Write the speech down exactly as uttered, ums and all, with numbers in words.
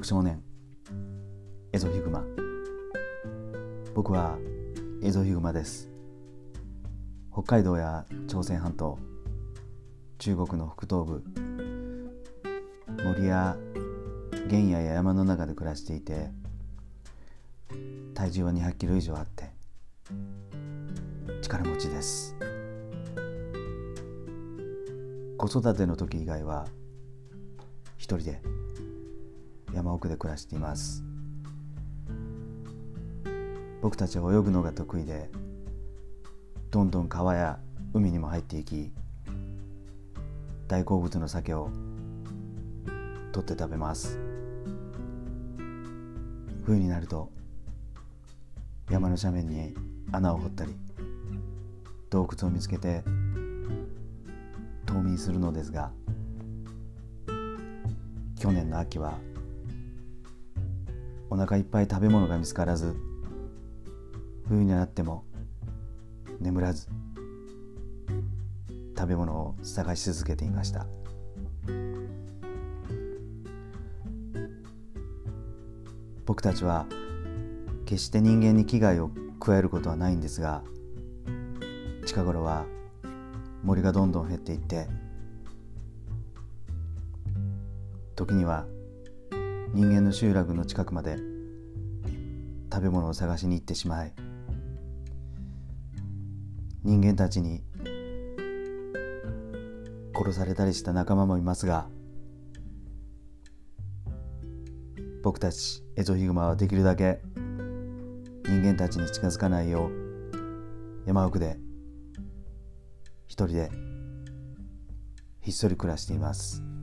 少年エゾヒグマ。僕はエゾヒグマです。北海道や朝鮮半島、中国の北東部、森や原野や山の中で暮らしていて、体重はにひゃくキロ以上あって力持ちです。子育ての時以外は一人で山奥で暮らしています。僕たちは泳ぐのが得意で、どんどん川や海にも入っていき、大好物の鮭を取って食べます。冬になると山の斜面に穴を掘ったり、洞窟を見つけて冬眠するのですが、去年の秋はお腹いっぱい食べ物が見つからず、冬になっても眠らず食べ物を探し続けていました。僕たちは決して人間に危害を加えることはないんですが、近頃は森がどんどん減っていって、時には人間の集落の近くまで食べ物を探しに行ってしまい、人間たちに殺されたりした仲間もいますが、僕たちエゾヒグマはできるだけ人間たちに近づかないよう、山奥で一人でひっそり暮らしています。